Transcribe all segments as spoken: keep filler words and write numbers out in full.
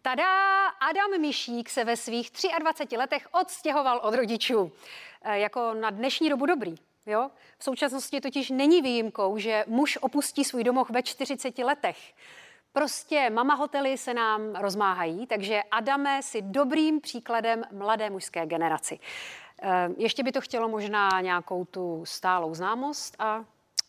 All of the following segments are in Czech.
Tada! Adam Mišík se ve svých dvaceti třech letech odstěhoval od rodičů. E, jako na dnešní dobu dobrý. Jo? V současnosti totiž není výjimkou, že muž opustí svůj domov ve čtyřiceti letech. Prostě mama hotely se nám rozmáhají, takže Adame si dobrým příkladem mladé mužské generaci. E, ještě by to chtělo možná nějakou tu stálou známost a...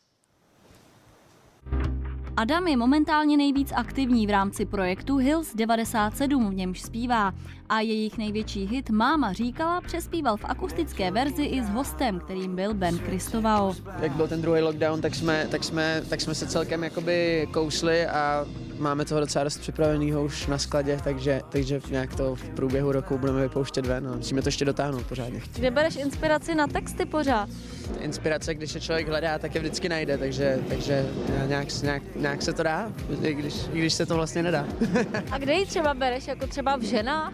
Adam je momentálně nejvíc aktivní v rámci projektu Hills devadesát sedm, v němž zpívá. A jejich největší hit Máma říkala přespíval v akustické verzi i s hostem, kterým byl Ben Kristovao. Jak byl ten druhý lockdown, tak jsme, tak jsme, tak jsme se celkem jakoby kousli a máme toho docela dost připraveného už na skladě, takže, takže nějak to v průběhu roku budeme vypouštět ven. No. Musíme to ještě dotáhnout pořádně. Kde bereš inspiraci na texty pořád? Inspirace, když se člověk hledá, tak je vždycky najde, takže, takže nějak, nějak, nějak se to dá, i když, i když se to vlastně nedá. A kde ji třeba bereš, jako třeba v ženách?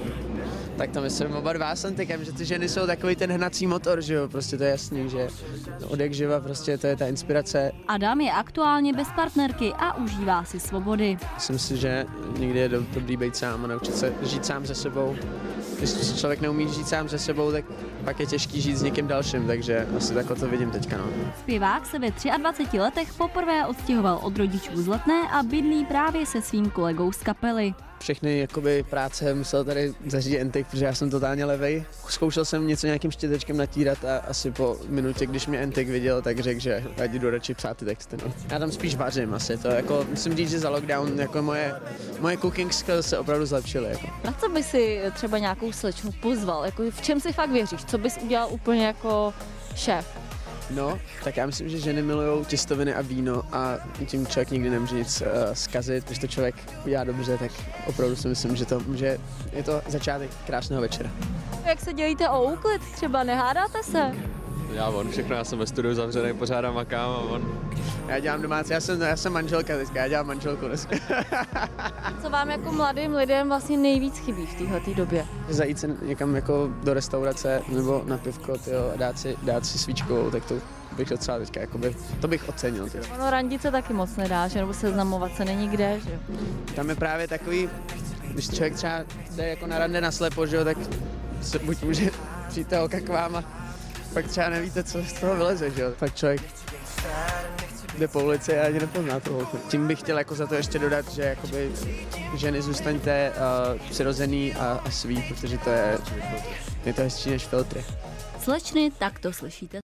Tak to myslím oba dva s Antikem, že ty ženy jsou takový ten hnací motor, že jo, prostě to je jasný, že od jak živa prostě to je ta inspirace. Adam je aktuálně bez partnerky a užívá si svobody. Myslím si, že někdy je do, dobrý být sám a naučit se žít sám se sebou. Když si člověk neumí žít sám se sebou, tak pak je těžký žít s někým dalším, takže asi takhle to vidím teďka. No. Zpěvák se ve dvaceti třech letech poprvé odstěhoval od rodičů z Letné a bydlí právě se svým kolegou z kapely. Všechny jakoby, práce musel tady zařídit Antik, protože já jsem totálně levej. Zkoušel jsem něco nějakým štětečkem natírat a asi po minutě, když mě Antik viděl, tak řekl, že ať jdu radši psát ty texty. No. Já tam spíš vařím asi, to jako, musím říct, že za lockdown jako moje, moje cooking skills se opravdu zlepšily. Jako. Na co by si třeba nějakou slečnu pozval? Jako, v čem si fakt věříš? Co bys udělal úplně jako šéf? No, tak já myslím, že ženy milujou těstoviny a víno a tím člověk nikdy nemůže nic uh, zkazit. Když to člověk udělá dobře, tak opravdu si myslím, že, to, že je to začátek krásného večera. Jak se dělíte o úklid? Třeba nehádáte se? Já on všechno, já jsem ve studiu zavřený, pořádám makám a on... Já dělám domácí, já jsem, já jsem manželka teďka, já dělám manželku dneska. Co vám jako mladým lidem vlastně nejvíc chybí v této době? Zajít se někam jako do restaurace nebo na pivko tyjo, a dát si, dát si svíčkovou, tak to bych docela teďka, jakoby, to bych ocenil. Tyjo. Ono randit se taky moc nedá, že? Nebo seznamovat se není kde, že? Tam je právě takový, když člověk třeba jde jako na rande naslepo, že jo, tak se buď může přijít ta holka k vám a pak třeba nevíte, co z toho vyleze, že jo. Pak člověk jde po ulici a ani nepozná tu holku. Tím bych chtěl jako za to ještě dodat, že jakoby ženy zůstaňte uh, přirozený a, a svý, protože to je, je to hezčí než filtry. Slečny, tak to slyšíte.